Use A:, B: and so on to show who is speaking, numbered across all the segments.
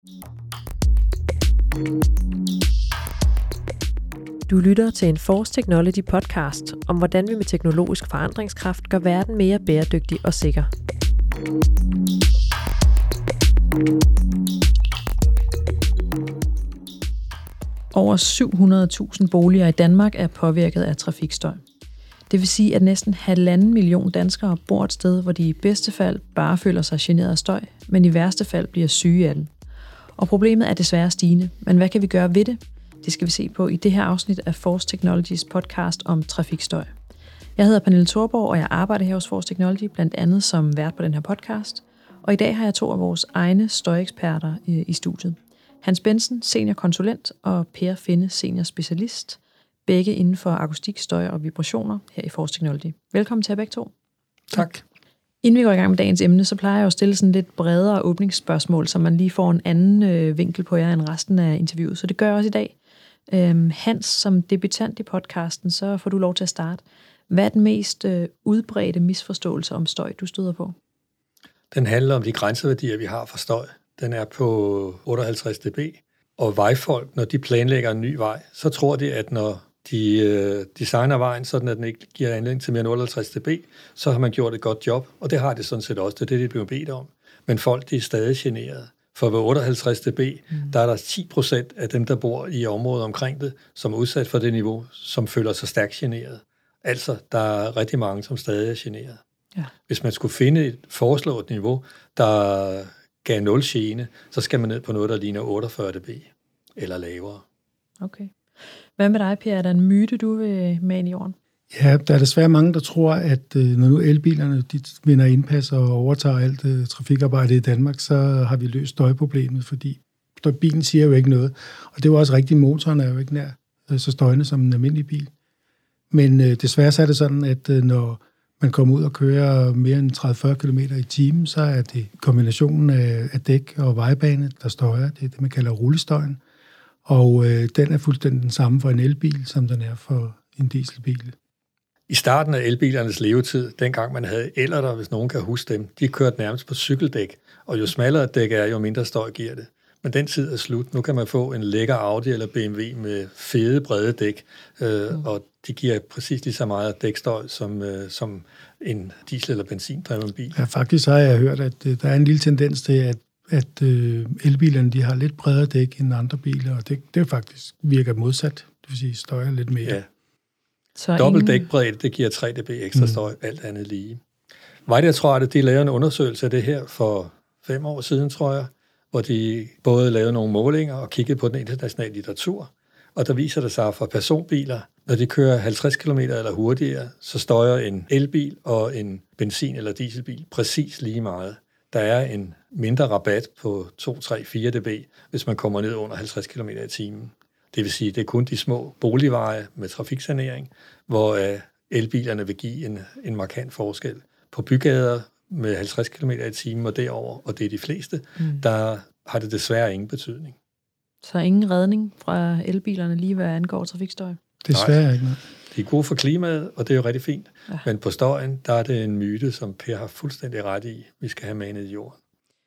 A: Du lytter til en Force Technology podcast om, hvordan vi med teknologisk forandringskraft gør verden mere bæredygtig og sikker. Over 700.000 boliger i Danmark er påvirket af trafikstøj. Det vil sige, at næsten 1,5 million danskere bor et sted, hvor de i bedste fald bare føler sig generet af støj, men i værste fald bliver syge af den. Og problemet er desværre stigende, men hvad kan vi gøre ved det? Det skal vi se på i det her afsnit af Force Technologies podcast om trafikstøj. Jeg hedder Pernille Thorborg, og jeg arbejder her hos Force Technology, blandt andet som vært på den her podcast. Og i dag har jeg to af vores egne støjeksperter i studiet. Hans Bensen, senior konsulent, og Per Finne, senior specialist. Begge inden for akustik, støj og vibrationer her i Force Technology. Velkommen til jer begge to.
B: Tak.
A: Inden vi går i gang med dagens emne, så plejer jeg at stille sådan lidt bredere åbningsspørgsmål, så man lige får en anden vinkel på jer end resten af interviewet. Så det gør jeg også i dag. Hans, som debutant i podcasten, så får du lov til at starte. Hvad er den mest udbredte misforståelse om støj, du støder på?
B: Den handler om de grænseværdier, vi har for støj. Den er på 58 dB. Og vejfolk, når de planlægger en ny vej, så tror de, at når de designer vejen, sådan at den ikke giver anledning til mere end 58 dB, så har man gjort et godt job. Og det har det sådan set også. Det er det, de bliver bedt om. Men folk, de er stadig generede. For ved 58 dB, der er der 10% af dem, der bor i området omkring det, som er udsat for det niveau, som føler sig stærkt generet. Altså, der er rigtig mange, som stadig er generet. Ja. Hvis man skulle finde et foreslået niveau, der gav 0 gene, så skal man ned på noget, der ligner 48 dB eller lavere.
A: Okay. Hvad med dig, Per? Er der en myte, du vil med ind i jorden?
C: Ja, der er desværre mange, der tror, at når nu elbilerne de vinder indpas og overtager alt trafikarbejde i Danmark, så har vi løst støjproblemet, fordi bilen siger jo ikke noget. Og det er jo også rigtigt, motoren er jo ikke nær så støjende som en almindelig bil. Men desværre så er det sådan, at når man kommer ud og kører mere end 30-40 km i timen, så er det kombinationen af dæk og vejbane, der støjer. Det er det, man kalder rullestøjen. Og den er fuldstændig den samme for en elbil, som den er for en dieselbil.
B: I starten af elbilernes levetid, dengang man havde ellerter, hvis nogen kan huske dem, de kørte nærmest på cykeldæk, og jo smallere dæk er, jo mindre støj giver det. Men den tid er slut. Nu kan man få en lækker Audi eller BMW med fede, brede dæk, og de giver præcis lige så meget dækstøj som en diesel- eller benzindreven bil.
C: Ja, faktisk har jeg hørt, at der er en lille tendens til, at elbilerne de har lidt bredere dæk end andre biler, og det faktisk virker modsat. Det vil sige, støjer lidt mere.
B: Ja. Dobbelt dækbredde, det giver 3 dB ekstra støj, alt andet lige. Vejdirektoratet, de lavede en undersøgelse af det her for 5 år siden, tror jeg, hvor de både lavede nogle målinger og kiggede på den internationale litteratur. Og der viser det sig for personbiler, når de kører 50 km eller hurtigere, så støjer en elbil og en benzin- eller dieselbil præcis lige meget. Der er en mindre rabat på 2, 3, 4 dB, hvis man kommer ned under 50 km i timen. Det vil sige, det er kun de små boligveje med trafiksanering, hvor elbilerne vil give en markant forskel. På bygader med 50 km i timen og derover, og det er de fleste, der har det desværre ingen betydning.
A: Så ingen redning fra elbilerne lige hvad angår trafikstøj?
C: Desværre ikke.
B: De er gode for klimaet, og det er jo rigtig fint. Ja. Men på støjen, der er det en myte, som Per har fuldstændig ret i, vi skal have manet i jorden.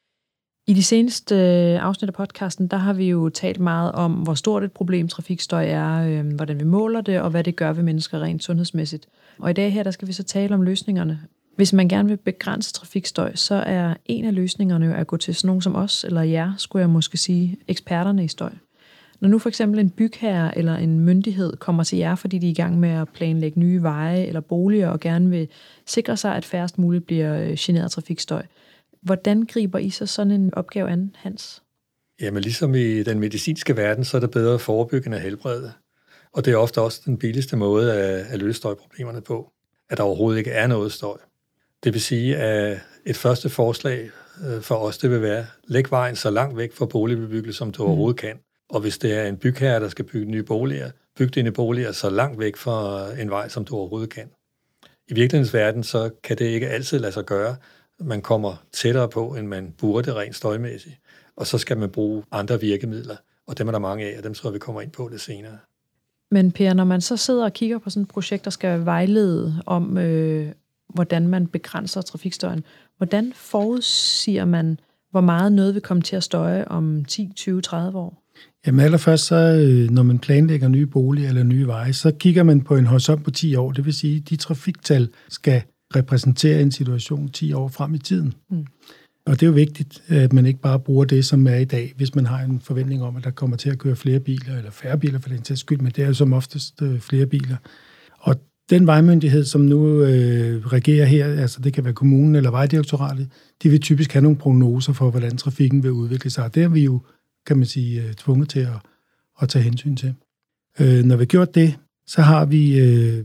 A: I de seneste afsnit af podcasten, der har vi jo talt meget om, hvor stort et problem trafikstøj er, hvordan vi måler det, og hvad det gør ved mennesker rent sundhedsmæssigt. Og i dag her, der skal vi så tale om løsningerne. Hvis man gerne vil begrænse trafikstøj, så er en af løsningerne jo at gå til sådan nogen som os, eller jer, skulle jeg måske sige, eksperterne i støj. Når nu for eksempel en bygherre eller en myndighed kommer til jer, fordi de er i gang med at planlægge nye veje eller boliger, og gerne vil sikre sig, at færrest muligt bliver generet af trafikstøj, hvordan griber I så sådan en opgave an, Hans?
B: Jamen ligesom i den medicinske verden, så er det bedre at forebygge end at helbrede. Og det er ofte også den billigste måde at løse støjproblemerne på, at der overhovedet ikke er noget støj. Det vil sige, at et første forslag for os, det vil være, læg vejen så langt væk fra boligbebyggelse, som du overhovedet kan. Og hvis det er en bygherre, der skal bygge nye boliger, byg dine boliger så langt væk fra en vej, som du overhovedet kan. I virkelighedens verden, så kan det ikke altid lade sig gøre. Man kommer tættere på, end man burde rent støjmæssigt. Og så skal man bruge andre virkemidler, og dem er der mange af, og dem tror jeg, vi kommer ind på det senere.
A: Men Per, når man så sidder og kigger på sådan et projekt, der skal vejlede om, hvordan man begrænser trafikstøjen, hvordan forudsiger man, hvor meget noget vil komme til at støje om 10, 20, 30 år?
C: Jamen allerførst, så, når man planlægger nye boliger eller nye veje, så kigger man på en horisont på 10 år. Det vil sige, at de trafiktal skal repræsentere en situation 10 år frem i tiden. Og det er jo vigtigt, at man ikke bare bruger det, som er i dag, hvis man har en forventning om, at der kommer til at køre flere biler, eller færre biler for den sags skyld, men det er jo som oftest flere biler. Og den vejmyndighed, som nu regerer her, altså det kan være kommunen eller Vejdirektoratet, de vil typisk have nogle prognoser for, hvordan trafikken vil udvikle sig. Og det er vi jo, kan man sige, tvunget til at tage hensyn til. Når vi har gjort det, så har vi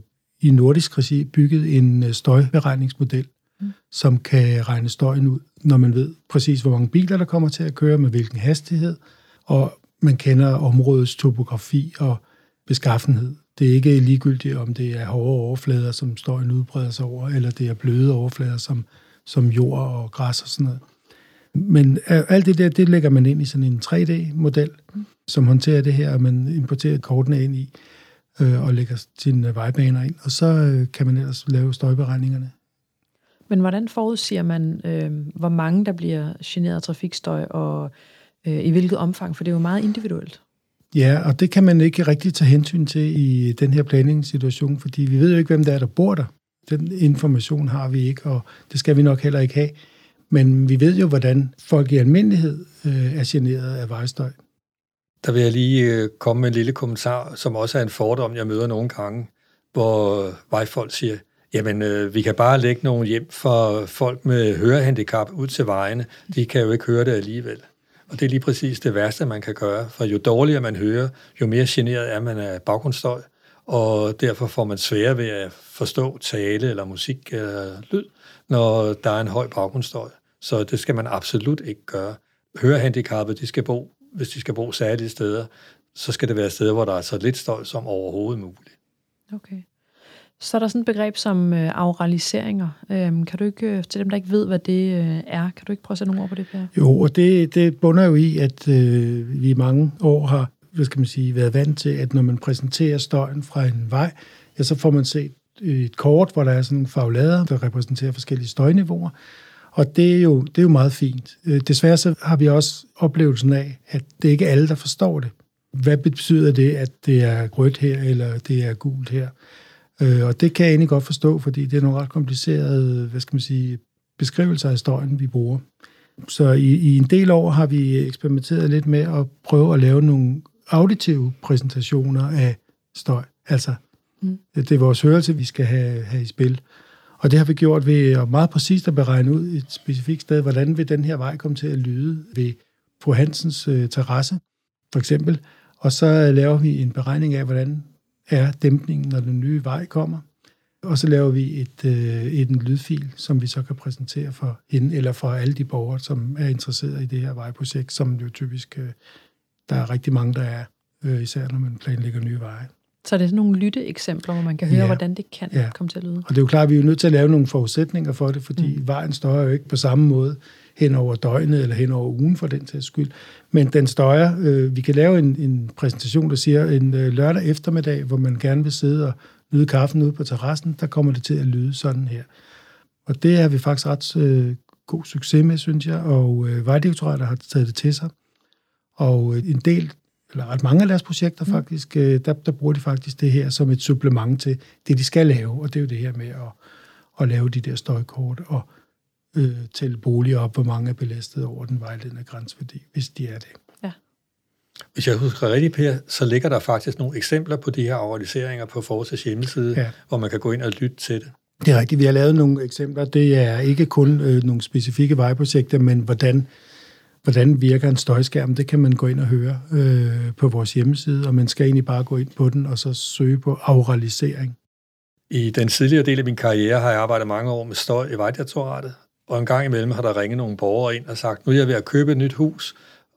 C: i nordisk regi bygget en støjberegningsmodel, som kan regne støjen ud, når man ved præcis, hvor mange biler, der kommer til at køre, med hvilken hastighed, og man kender områdets topografi og beskaffenhed. Det er ikke ligegyldigt, om det er hårde overflader, som støjen udbreder sig over, eller det er bløde overflader, som jord og græs og sådan noget. Men alt det der, det lægger man ind i sådan en 3D-model, som håndterer det her, og man importerer kortene ind i, og lægger sine vejbaner ind, og så kan man ellers lave støjberegningerne.
A: Men hvordan forudsiger man, hvor mange der bliver generet af trafikstøj, og i hvilket omfang? For det er jo meget individuelt.
C: Ja, og det kan man ikke rigtig tage hensyn til i den her planlægningssituation, fordi vi ved jo ikke, hvem der bor der. Den information har vi ikke, og det skal vi nok heller ikke have. Men vi ved jo, hvordan folk i almindelighed er generet af vejstøj.
B: Der vil jeg lige komme med en lille kommentar, som også er en fordom, jeg møder nogle gange, hvor vejfolk siger, jamen, vi kan bare lægge nogle hjem for folk med hørehandicap ud til vejene. De kan jo ikke høre det alligevel. Og det er lige præcis det værste, man kan gøre. For jo dårligere man hører, jo mere generet er man af baggrundsstøj. Og derfor får man sværere ved at forstå tale eller musik eller lyd, når der er en høj baggrundsstøj. Så det skal man absolut ikke gøre. Hørehandicappede, hvis de skal bo særlige steder, så skal det være steder, hvor der er så lidt støj som overhovedet muligt.
A: Okay. Så er der sådan et begreb som auraliseringer. Kan du ikke, til dem, der ikke ved, hvad det er, kan du ikke prøve at sætte nogle ord på det, Per?
C: Jo, og det bunder jo i, at vi i mange år har været vant til, at når man præsenterer støjen fra en vej, ja, så får man set et kort, hvor der er sådan nogle farvelader, der repræsenterer forskellige støjniveauer. Og det er jo meget fint. Desværre så har vi også oplevelsen af, at det ikke er alle, der forstår det. Hvad betyder det, at det er rødt her, eller det er gult her? Og det kan jeg egentlig godt forstå, fordi det er nogle ret komplicerede, beskrivelser af støjen, vi bruger. Så i en del år har vi eksperimenteret lidt med at prøve at lave nogle auditive præsentationer af støj. Altså, det er vores hørelse, vi skal have i spil. Og det har vi gjort ved at meget præcist at beregne ud et specifikt sted, hvordan vil den her vej komme til at lyde ved fru Hansens terrasse, for eksempel. Og så laver vi en beregning af, hvordan er dæmpningen, når den nye vej kommer. Og så laver vi en lydfil, som vi så kan præsentere for hende, eller for alle de borgere, som er interesseret i det her vejprojekt, som jo typisk, der er rigtig mange, der er, især når man planlægger nye veje.
A: Så det er sådan nogle lytteeksempler, hvor man kan høre, hvordan det kan komme til at lyde.
C: Og det er jo klart, at vi er nødt til at lave nogle forudsætninger for det, fordi vejen støjer jo ikke på samme måde hen over døgnet eller hen over ugen for den sags skyld. Men den støjer. Vi kan lave en præsentation, der siger en lørdag eftermiddag, hvor man gerne vil sidde og nyde kaffen ude på terrassen, der kommer det til at lyde sådan her. Og det har vi faktisk ret god succes med, synes jeg, og Vejdirektoratet har taget det til sig. Og en del, eller ret mange af deres projekter faktisk, der bruger de faktisk det her som et supplement til det, de skal lave, og det er jo det her med at lave de der støjkort og tælle boliger op, hvor mange er belastet over den vejledende grænseværdi, hvis de er det.
A: Ja.
B: Hvis jeg husker rigtigt, Per, så ligger der faktisk nogle eksempler på de her auraliseringer på Fortas hjemmeside, hvor man kan gå ind og lytte til det.
C: Det er rigtigt. Vi har lavet nogle eksempler. Det er ikke kun nogle specifikke vejprojekter, men hvordan virker en støjskærm, det kan man gå ind og høre på vores hjemmeside, og man skal egentlig bare gå ind på den og så søge på auralisering.
B: I den tidligere del af min karriere har jeg arbejdet mange år med støj i Vejdirektoratet, og en gang imellem har der ringet nogle borgere ind og sagt, nu er jeg ved at købe et nyt hus,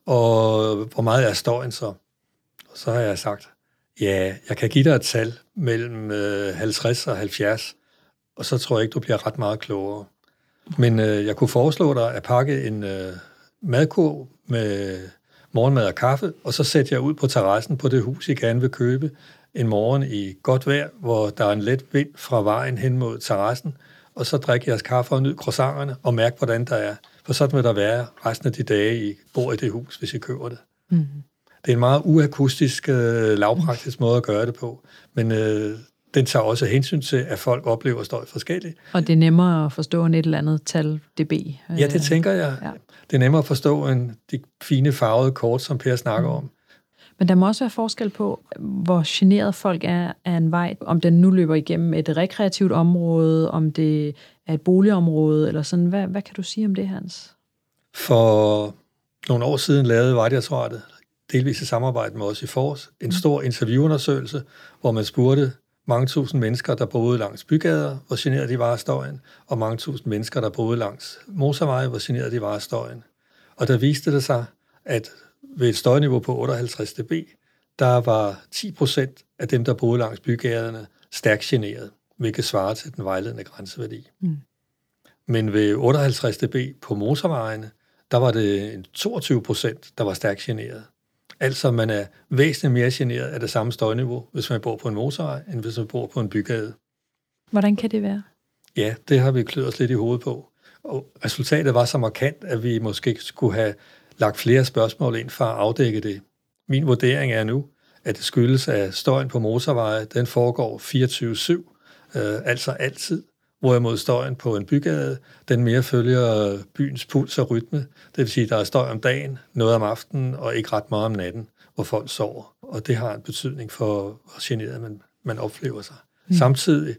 B: og hvor meget er støjen så? Og så har jeg sagt, ja, jeg kan give dig et tal mellem 50 og 70, og så tror jeg ikke, du bliver ret meget klogere. Men jeg kunne foreslå dig at pakke en madkurv med morgenmad og kaffe, og så sætter jeg ud på terrassen på det hus, I gerne vil købe en morgen i godt vejr, hvor der er en let vind fra vejen hen mod terrassen, og så drikke jeres kaffe og nyd croissanterne og mærke, hvordan der er. For sådan vil der være resten af de dage, I bor i det hus, hvis I køber det.
A: Mm.
B: Det er en meget uakustisk, lavpraktisk måde at gøre det på, men den tager også hensyn til, at folk oplever støj forskelligt.
A: Og det er nemmere at forstå end et eller andet tal dB.
B: Ja, det tænker jeg. Ja. Det er nemmere at forstå end de fine farvede kort, som Per snakker om.
A: Men der må også være forskel på, hvor generet folk er af en vej. Om den nu løber igennem et rekreativt område, om det er et boligområde, eller sådan. Hvad kan du sige om det, Hans?
B: For nogle år siden lavede Vejdirektoratet, delvis i samarbejde med os i Fors, en stor interviewundersøgelse, hvor man spurgte mange tusind mennesker, der boede langs bygader, hvor generet de var af støjen, og mange tusind mennesker, der boede langs motorveje, hvor generet de var af støjen. Og der viste det sig, at ved et støjniveau på 58 dB, der var 10% af dem, der boede langs bygaderne, stærkt generet, hvilket svarer til den vejledende grænseværdi. Mm. Men ved 58 dB på motorvejene, der var det 22%, der var stærkt generet. Altså man er væsentligt mere generet af det samme støjniveau, hvis man bor på en motorvej, end hvis man bor på en bygade.
A: Hvordan kan det være?
B: Ja, det har vi kløet os lidt i hovedet på. Og resultatet var så markant, at vi måske skulle have lagt flere spørgsmål ind for at afdække det. Min vurdering er nu, at det skyldes, at støjen på motorveje, den foregår 24/7, altså altid. Hvorimod støjen på en bygade, den mere følger byens puls og rytme. Det vil sige, at der er støj om dagen, noget om aftenen og ikke ret meget om natten, hvor folk sover. Og det har en betydning for, hvor generet man oplever sig. Mm. Samtidig,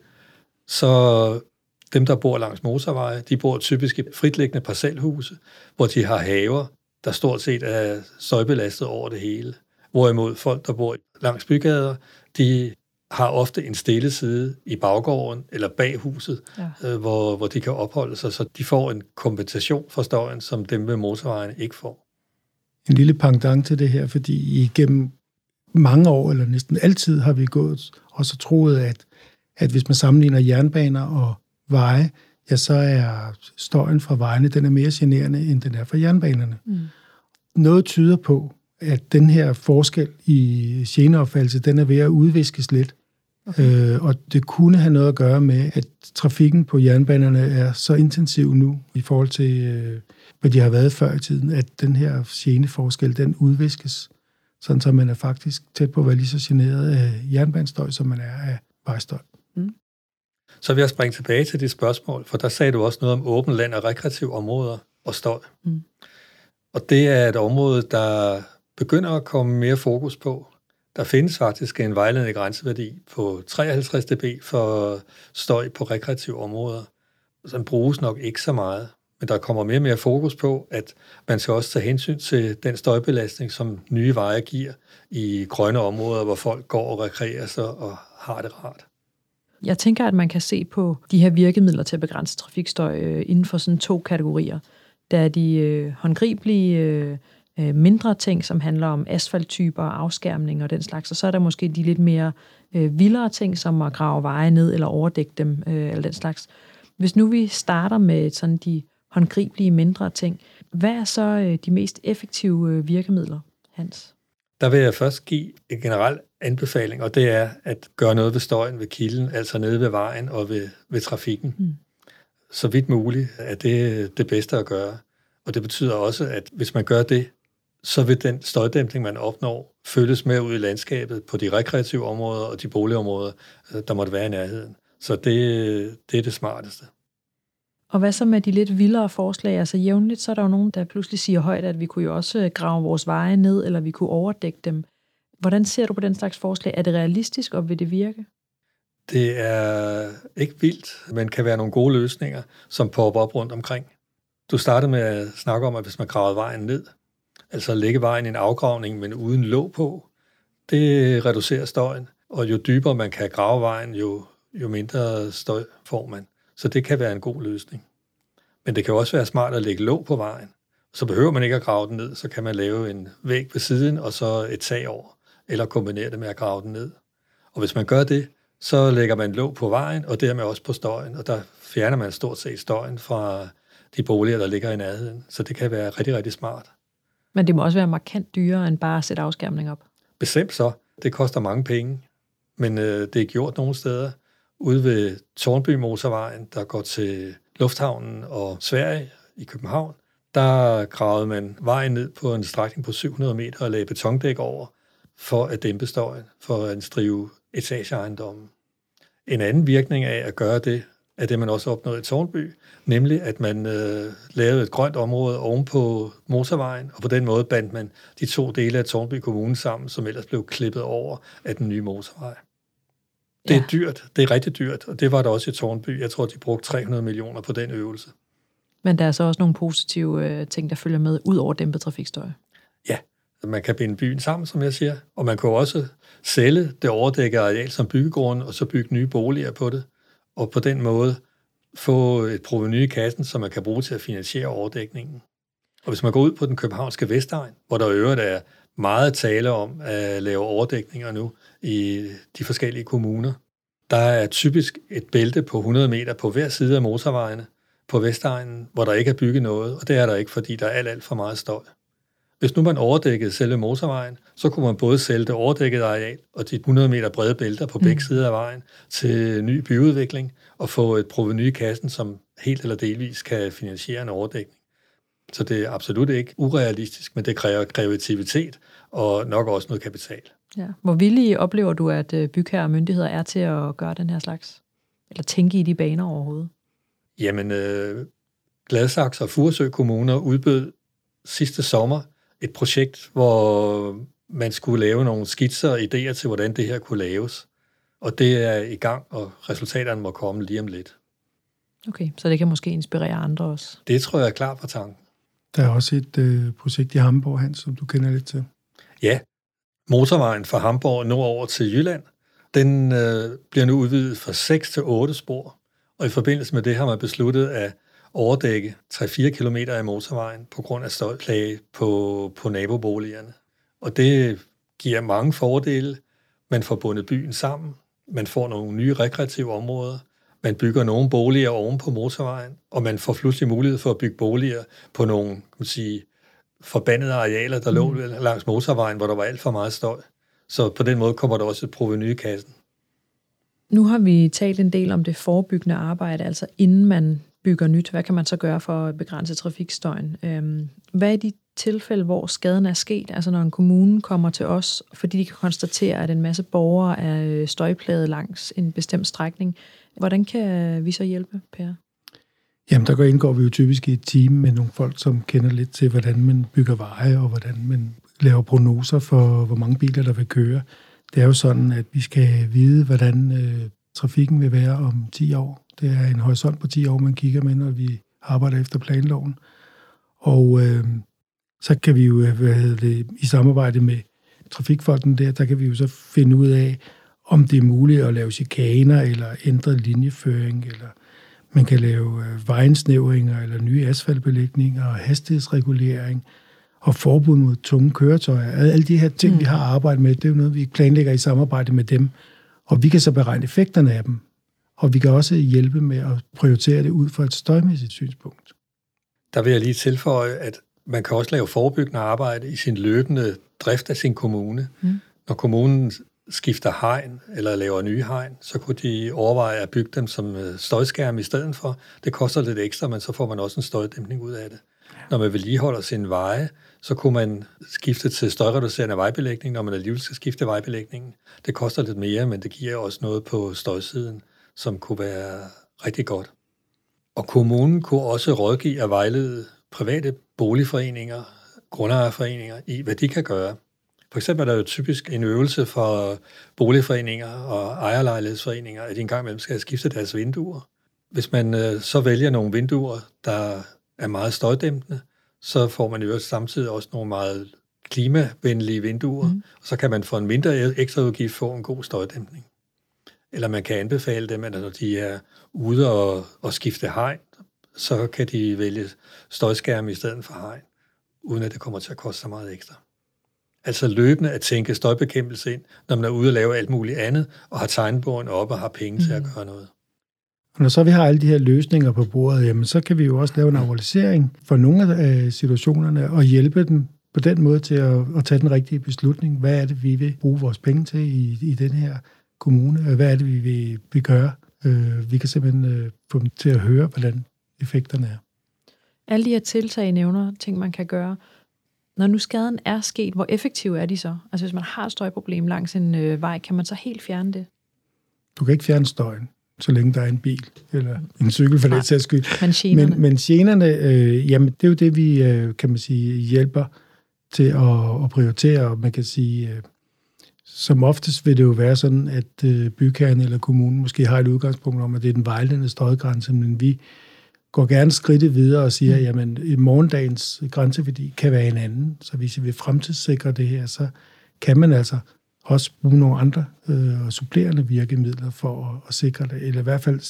B: så dem, der bor langs motorveje, de bor typisk i fritliggende parcelhuse, hvor de har haver, der stort set er støjbelastet over det hele. Hvorimod folk, der bor langs bygader, de har ofte en stille side i baggården eller bag huset, hvor de kan opholde sig, så de får en kompensation for støjen, som dem ved motorvejene ikke får.
C: En lille pendant til det her, fordi igennem mange år, eller næsten altid, har vi gået og så troet, at hvis man sammenligner jernbaner og veje, ja, så er støjen fra vejene, den er mere generende, end den er fra jernbanerne. Mm. Noget tyder på, at den her forskel i geneopfattelse, den er ved at udviskes lidt. Okay. Og det kunne have noget at gøre med, at trafikken på jernbanerne er så intensiv nu, i forhold til, hvad de har været før i tiden, at den her geneforskel, den udviskes, sådan så man er faktisk tæt på at være lige så generet af jernbanestøj, som man er af vejstøj. Mm.
B: Så vil jeg springe tilbage til de spørgsmål, for der sagde du også noget om åbent land og rekreative områder og støj. Mm. Og det er et område, der begynder at komme mere fokus på. Der findes faktisk en vejledende grænseværdi på 53 dB for støj på rekreative områder. Så den bruges nok ikke så meget, men der kommer mere og mere fokus på, at man skal også tage hensyn til den støjbelastning, som nye veje giver i grønne områder, hvor folk går og rekreerer sig og har det rart.
A: Jeg tænker, at man kan se på de her virkemidler til at begrænse trafikstøj inden for sådan 2 kategorier. Der er de håndgribelige mindre ting, som handler om asfalttyper, afskærmning og den slags, og så er der måske de lidt mere vildere ting, som at grave veje ned eller overdække dem, eller den slags. Hvis nu vi starter med sådan de håndgribelige mindre ting, hvad er så de mest effektive virkemidler, Hans?
B: Der vil jeg først give en generel anbefaling, og det er at gøre noget ved støjen ved kilden, altså nede ved vejen og ved trafikken. Mm. Så vidt muligt er det bedste at gøre. Og det betyder også, at hvis man gør det, så vil den støjdæmpning, man opnår, følges med ud i landskabet på de rekreative områder og de boligområder, der måtte være i nærheden. Så det er det smarteste.
A: Og hvad så med de lidt vildere forslag? Altså jævnligt, så er der jo nogen, der pludselig siger højt, at vi kunne jo også grave vores veje ned, eller vi kunne overdække dem. Hvordan ser du på den slags forslag? Er det realistisk, og vil det virke?
B: Det er ikke vildt, men kan være nogle gode løsninger, som popper op rundt omkring. Du startede med at snakke om, at hvis man gravede vejen ned, altså lægge vejen i en afgravning, men uden låg på, det reducerer støjen. Og jo dybere man kan grave vejen, jo mindre støj får man. Så det kan være en god løsning. Men det kan også være smart at lægge låg på vejen. Så behøver man ikke at grave den ned, så kan man lave en væg ved siden, og så et tag over, eller kombinere det med at grave den ned. Og hvis man gør det, så lægger man låg på vejen, og dermed også på støjen, og der fjerner man stort set støjen fra de boliger, der ligger i nærheden. Så det kan være rigtig, rigtig smart.
A: Men det må også være markant dyrere, end bare at sætte afskærmning op.
B: Bestemt så. Det koster mange penge, men det er gjort nogle steder. Ude ved Tårnby Motorvejen, der går til Lufthavnen og Sverige i København, der gravede man vejen ned på en strækning på 700 meter og lagde betondæk over for at dæmpe støjen, for at drive etageejendommen. En anden virkning af at gøre det, er det, man også opnåede i Tårnby, nemlig at man lavede et grønt område oven på motorvejen, og på den måde bandt man de to dele af Tårnby Kommune sammen, som ellers blev klippet over af den nye motorvej. Det er dyrt, det er rigtig dyrt, og det var der også i Tårnby. Jeg tror, de brugte 300 millioner på den øvelse.
A: Men der er så også nogle positive ting, der følger med, ud over dæmpet trafikstøj.
B: Ja, man kan binde byen sammen, som jeg siger, og man kan også sælge det overdækkede areal som byggegrunden, og så bygge nye boliger på det, og på den måde få et provenu i kassen, som man kan bruge til at finansiere overdækningen. Og hvis man går ud på den københavnske Vestegn, hvor der i øvrigt er meget tale om at lave overdækninger nu i de forskellige kommuner, der er typisk et bælte på 100 meter på hver side af motorvejene på Vestegnen, hvor der ikke er bygget noget, og det er der ikke, fordi der er alt for meget støj. Hvis nu man overdækkede selve motorvejen, så kunne man både sælge det overdækkede areal og de 100 meter brede bælter på begge sider af vejen til ny byudvikling og få et provenu i kassen, som helt eller delvis kan finansiere en overdækning. Så det er absolut ikke urealistisk, men det kræver kreativitet og nok også noget kapital.
A: Ja. Hvor villige oplever du, at bygherrer og myndigheder er til at gøre den her slags? Eller tænke i de baner overhovedet?
B: Jamen, Gladsaxe og Furesø kommuner udbød sidste sommer et projekt, hvor man skulle lave nogle skitser og idéer til, hvordan det her kunne laves. Og det er i gang, og resultaterne må komme lige om lidt.
A: Okay, så det kan måske inspirere andre også?
B: Det tror jeg er klar på tanken.
C: Der er også et projekt i Hamborg, Hans, som du kender lidt til.
B: Ja, motorvejen fra Hamborg nordover til Jylland, den bliver nu udvidet fra 6 til 8 spor. Og i forbindelse med det har man besluttet at overdække 3-4 kilometer af motorvejen på grund af støjplage på naboboligerne. Og det giver mange fordele. Man får bundet byen sammen, man får nogle nye rekreative områder, man bygger nogle boliger oven på motorvejen, og man får pludselig mulighed for at bygge boliger på nogle, kan man sige, forbandede arealer, der lå langs motorvejen, hvor der var alt for meget støj. Så på den måde kommer der også et provenu i kassen.
A: Nu har vi talt en del om det forebyggende arbejde, altså inden man bygger nyt. Hvad kan man så gøre for at begrænse trafikstøjen? Hvad er de tilfælde, hvor skaden er sket? Altså når en kommune kommer til os, fordi de kan konstatere, at en masse borgere er støjplaget langs en bestemt strækning. Hvordan kan vi så hjælpe, Per?
C: Jamen, der indgår vi jo typisk i et team med nogle folk, som kender lidt til, hvordan man bygger veje, og hvordan man laver prognoser for, hvor mange biler, der vil køre. Det er jo sådan, at vi skal vide, hvordan trafikken vil være om 10 år. Det er en horisont på 10 år, man kigger med, når vi arbejder efter planloven. Og så kan vi jo i samarbejde med trafikfolken der kan vi jo så finde ud af, om det er muligt at lave chikaner eller ændre linjeføring, eller man kan lave vejensnævringer eller nye asfaltbelægninger og hastighedsregulering og forbud mod tunge køretøjer. Alle de her ting, vi har arbejdet med, det er jo noget, vi planlægger i samarbejde med dem. Og vi kan så beregne effekterne af dem. Og vi kan også hjælpe med at prioritere det ud fra et støjmæssigt synspunkt.
B: Der vil jeg lige tilføje, at man kan også lave forebyggende arbejde i sin løbende drift af sin kommune. Når kommunen skifter hegn eller laver nye hegn, så kunne de overveje at bygge dem som støjskærme i stedet for. Det koster lidt ekstra, men så får man også en støjdæmpning ud af det. Når man vedligeholder sine veje, så kunne man skifte til støjreducerende vejbelægning, når man alligevel skal skifte vejbelægningen. Det koster lidt mere, men det giver også noget på støjsiden, som kunne være rigtig godt. Og kommunen kunne også rådgive og vejlede private boligforeninger, grundejerforeninger i, hvad de kan gøre. For eksempel er der jo typisk en øvelse for boligforeninger og ejerlejlighedsforeninger, at de engang imellem skal skifte deres vinduer. Hvis man så vælger nogle vinduer, der er meget støjdæmpende, så får man jo samtidig også nogle meget klimavenlige vinduer, og så kan man for en mindre ekstra udgift få en god støjdæmpning. Eller man kan anbefale dem, at når de er ude og skifte hegn, så kan de vælge støjskærme i stedet for hegn, uden at det kommer til at koste så meget ekstra. Altså løbende at tænke støjbekæmpelse ind, når man er ude og lave alt muligt andet, og har tegnebogen op og har penge til at gøre noget.
C: Og når så vi har alle de her løsninger på bordet, jamen, så kan vi jo også lave en aktualisering for nogle af situationerne og hjælpe dem på den måde til at tage den rigtige beslutning. Hvad er det, vi vil bruge vores penge til i den her kommune? Hvad er det, vi vil gøre? Vi kan simpelthen få dem til at høre, hvordan effekterne er.
A: Alle de her tiltag nævner, ting man kan gøre. Når nu skaden er sket, hvor effektive er de så? Altså hvis man har et støjproblem langs en vej, kan man så helt fjerne det?
C: Du kan ikke fjerne støjen, så længe der er en bil eller en cykel for det sags skyld.
A: Men
C: generne, jamen det er jo det, vi kan man sige hjælper til at prioritere, og man kan sige, som oftest vil det jo være sådan, at bygherren eller kommunen måske har et udgangspunkt om, at det er den vejledende støjgrænse, men vi går gerne skridtet videre og siger, jamen i morgendagens grænseværdi kan være en anden, så hvis vi vil fremtidssikre det her, så kan man altså også bruge nogle andre supplerende virkemidler for at sikre det, eller i hvert fald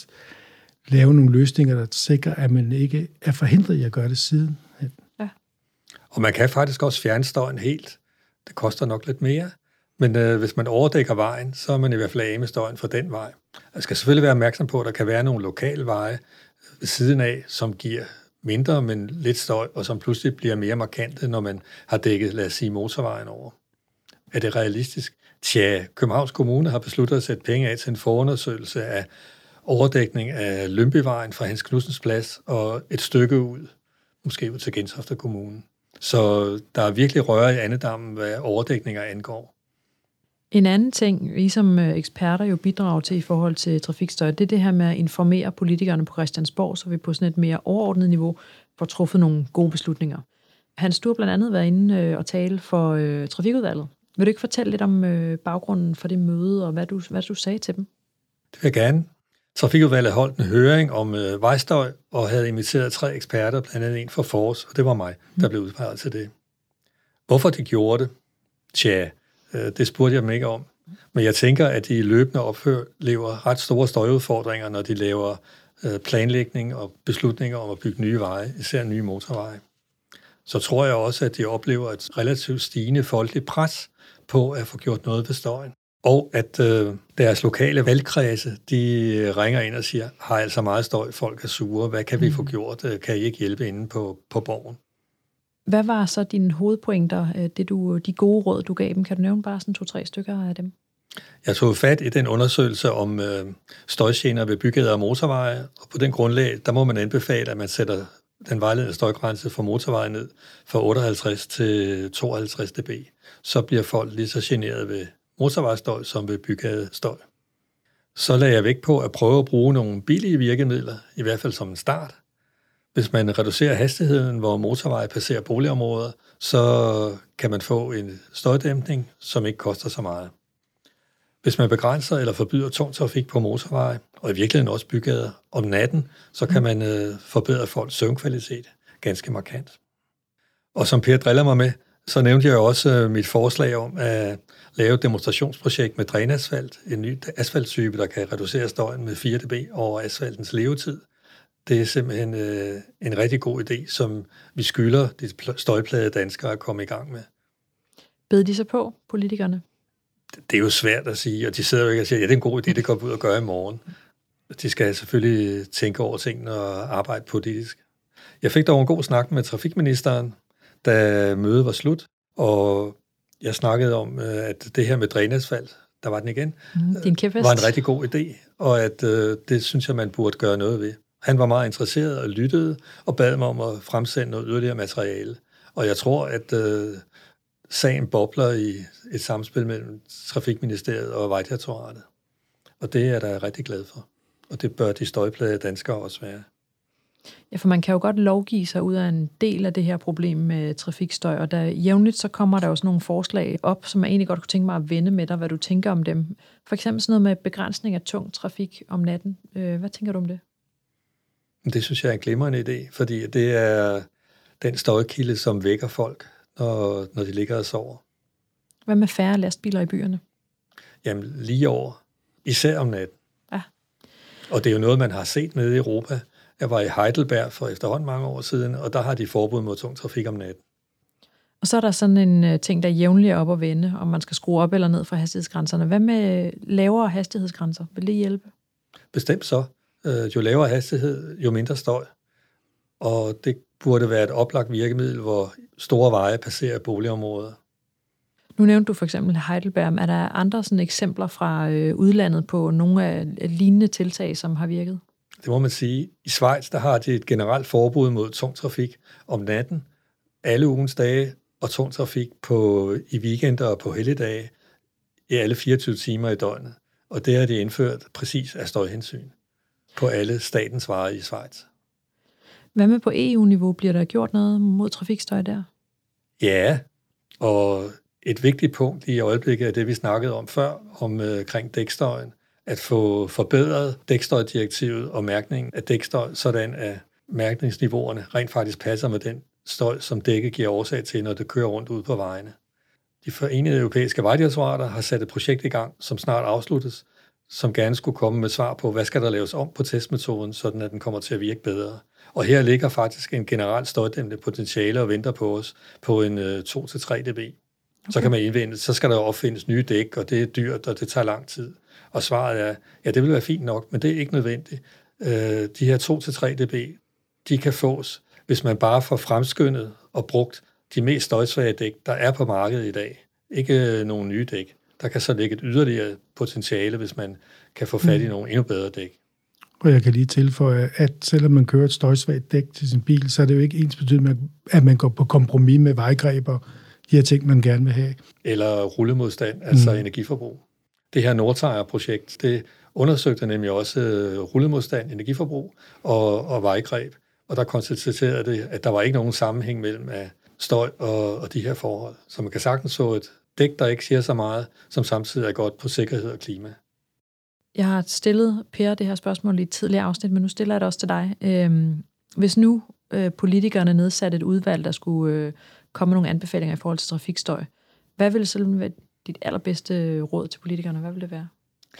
C: lave nogle løsninger, der sikrer, at man ikke er forhindret i at gøre det siden.
A: Ja.
B: Og man kan faktisk også fjerne støjen helt. Det koster nok lidt mere, men hvis man overdækker vejen, så er man i hvert fald af med støjen fra den vej. Man skal selvfølgelig være opmærksom på, at der kan være nogle lokale veje ved siden af, som giver mindre, men lidt støj, og som pludselig bliver mere markante, når man har dækket, lad os sige, motorvejen over. Er det realistisk? Tja, Københavns Kommune har besluttet at sætte penge af til en forundersøgelse af overdækning af Lyngbyvejen fra Hans Knudsens Plads og et stykke ud, måske ud til Gentofte Kommune. Så der er virkelig røre i andedammen, hvad overdækninger angår.
A: En anden ting, vi som eksperter jo bidrager til i forhold til trafikstøj, det er det her med at informere politikerne på Christiansborg, så vi på sådan et mere overordnet niveau får truffet nogle gode beslutninger. Hans, du har blandt andet været inde og tale for Trafikudvalget. Vil du ikke fortælle lidt om baggrunden for det møde, og hvad du sagde til dem?
B: Det vil jeg gerne. Trafikudvalget holdt en høring om vejstøj, og havde inviteret 3 eksperter, blandt andet en fra Fors, og det var mig, der blev udpeget til det. Hvorfor de gjorde det? Tja, det spurgte jeg dem ikke om. Men jeg tænker, at de løbende oplever ret store støjudfordringer, når de laver planlægning og beslutninger om at bygge nye veje, især nye motorveje. Så tror jeg også, at de oplever et relativt stigende folkeligt pres på at få gjort noget ved støjen. Og at deres lokale valgkredse, de ringer ind og siger, har altså meget støj, folk er sure, hvad kan vi få gjort, kan I ikke hjælpe inde på borgen?
A: Hvad var så dine hovedpointer, de gode råd, du gav dem? Kan du nævne bare sådan 2-3 stykker af dem?
B: Jeg tog fat i den undersøgelse om støjgener ved bygader og motorveje, og på den grundlag, der må man anbefale, at man sætter den vejledende støjgrænse for motorveje ned fra 58 til 52 dB. Så bliver folk lige så generet ved motorvejsstøj som ved bygadestøj. Så lagde jeg vægt på at prøve at bruge nogle billige virkemidler, i hvert fald som en start. Hvis man reducerer hastigheden, hvor motorveje passerer boligområder, så kan man få en støjdæmpning, som ikke koster så meget. Hvis man begrænser eller forbyder tung trafik på motorveje, og i virkeligheden også bygader om natten, så kan man forbedre folks søvnkvalitet ganske markant. Og som Per driller mig med, så nævnte jeg også mit forslag om at lave et demonstrationsprojekt med drænasfalt, en ny asfalttype, der kan reducere støjen med 4 dB over asfaltens levetid. Det er simpelthen en rigtig god idé, som vi skylder de støjplagede danskere at komme i gang med.
A: Bed de så på, politikerne?
B: Det er jo svært at sige, og de sidder jo ikke og siger, ja, det er en god idé, det går ud og gøre i morgen. De skal selvfølgelig tænke over tingene og arbejde politisk. Jeg fik dog en god snak med trafikministeren, da mødet var slut, og jeg snakkede om, at det her med drænasfalt, der var den igen, var en rigtig god idé, og at det synes jeg, man burde gøre noget ved. Han var meget interesseret og lyttede, og bad mig om at fremsende noget yderligere materiale. Og jeg tror, at sagen bobler i et samspil mellem Trafikministeriet og Vejdirektoratet. Og det er jeg da rigtig glad for. Og det bør de støjplagede danskere også være.
A: Ja, for man kan jo godt lovgive sig ud af en del af det her problem med trafikstøj, og der jævnligt så kommer der jo sådan nogle forslag op, som jeg egentlig godt kunne tænke mig at vende med dig, hvad du tænker om dem. For eksempel sådan noget med begrænsning af tung trafik om natten. Hvad tænker du om det?
B: Det synes jeg er en glimrende idé, fordi det er den støjkilde, som vækker folk, når de ligger og sover.
A: Hvad med færre lastbiler i byerne?
B: Jamen lige over, især om natten.
A: Ja.
B: Og det er jo noget, man har set nede i Europa. Jeg var i Heidelberg for efterhånden mange år siden, og der har de forbud mod tung trafik om natten.
A: Og så er der sådan en ting, der jævnligt er op at vende, om man skal skrue op eller ned fra hastighedsgrænserne. Hvad med lavere hastighedsgrænser? Vil det hjælpe?
B: Bestemt så. Jo lavere hastighed, jo mindre støj. Og det burde være et oplagt virkemiddel, hvor store veje passerer boligområder.
A: Nu nævnte du for eksempel Heidelberg. Er der andre sådan eksempler fra udlandet på nogle af lignende tiltag, som har virket?
B: Det må man sige. I Schweiz, der har de et generelt forbud mod tung trafik om natten, alle ugens dage, og tung trafik i weekender og på helligdage i alle 24 timer i døgnet. Og det har de indført præcis af støjhensyn på alle statens veje i Schweiz.
A: Hvad med på EU-niveau? Bliver der gjort noget mod trafikstøj der?
B: Ja, og et vigtigt punkt i øjeblikket er det, vi snakkede om før, omkring dækstøjen. At få forbedret dækstøjdirektivet og mærkningen af dækstøj, sådan at mærkningsniveauerne rent faktisk passer med den støj, som dækket giver årsag til, når det kører rundt ud på vejene. De forenede europæiske vejdirektorater har sat et projekt i gang, som snart afsluttes, som gerne skulle komme med svar på, hvad skal der laves om på testmetoden, sådan at den kommer til at virke bedre. Og her ligger faktisk en generelt støjdæmpende potentiale og venter på os på en 2-3 dB. Okay. Så kan man indvende, så skal der opfindes nye dæk, og det er dyrt, og det tager lang tid. Og svaret er, ja, det vil være fint nok, men det er ikke nødvendigt. De her 2-3 dB, de kan fås, hvis man bare får fremskyndet og brugt de mest støjsvage dæk, der er på markedet i dag. Ikke nogen nye dæk. Der kan så ligge et yderligere potentiale, hvis man kan få fat i nogle endnu bedre dæk.
C: Og jeg kan lige tilføje, at selvom man kører et støjsvagt dæk til sin bil, så er det jo ikke ensbetydende, at man går på kompromis med vejgreb og de her ting, man gerne vil have.
B: Eller rullemodstand, altså energiforbrug. Det her Nordtire-projekt, det undersøgte nemlig også rullemodstand, energiforbrug og vejgreb. Og der konstaterede det, at der var ikke nogen sammenhæng mellem støj og de her forhold. Så man kan sagtens så et dæk, der ikke siger så meget, som samtidig er godt på sikkerhed og klima.
A: Jeg har stillet Per det her spørgsmål i et tidligere afsnit, men nu stiller jeg det også til dig. Hvis nu politikerne nedsatte et udvalg, der skulle komme med nogle anbefalinger i forhold til trafikstøj, hvad ville så være dit allerbedste råd til politikerne? Hvad vil det være?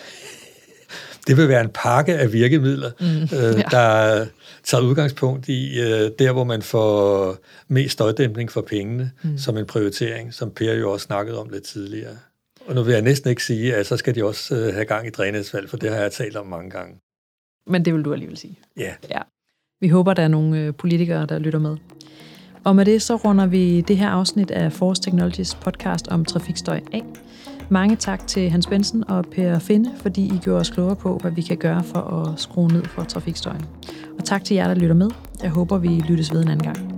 B: Det vil være en pakke af virkemidler, der tager udgangspunkt i der, hvor man får mest støjdæmpning for pengene, som en prioritering, som Per jo også snakkede om lidt tidligere. Og nu vil jeg næsten ikke sige, at så skal de også have gang i drænersvalg, for det har jeg talt om mange gange.
A: Men det vil du alligevel sige?
B: Ja.
A: Vi håber, der er nogle politikere, der lytter med. Og med det så runder vi det her afsnit af Force Technologies podcast om trafikstøj af. Mange tak til Hans Bentzen og Per Finne, fordi I gjorde os klogere på, hvad vi kan gøre for at skrue ned for trafikstøjen. Og tak til jer, der lytter med. Jeg håber, vi lyttes ved en anden gang.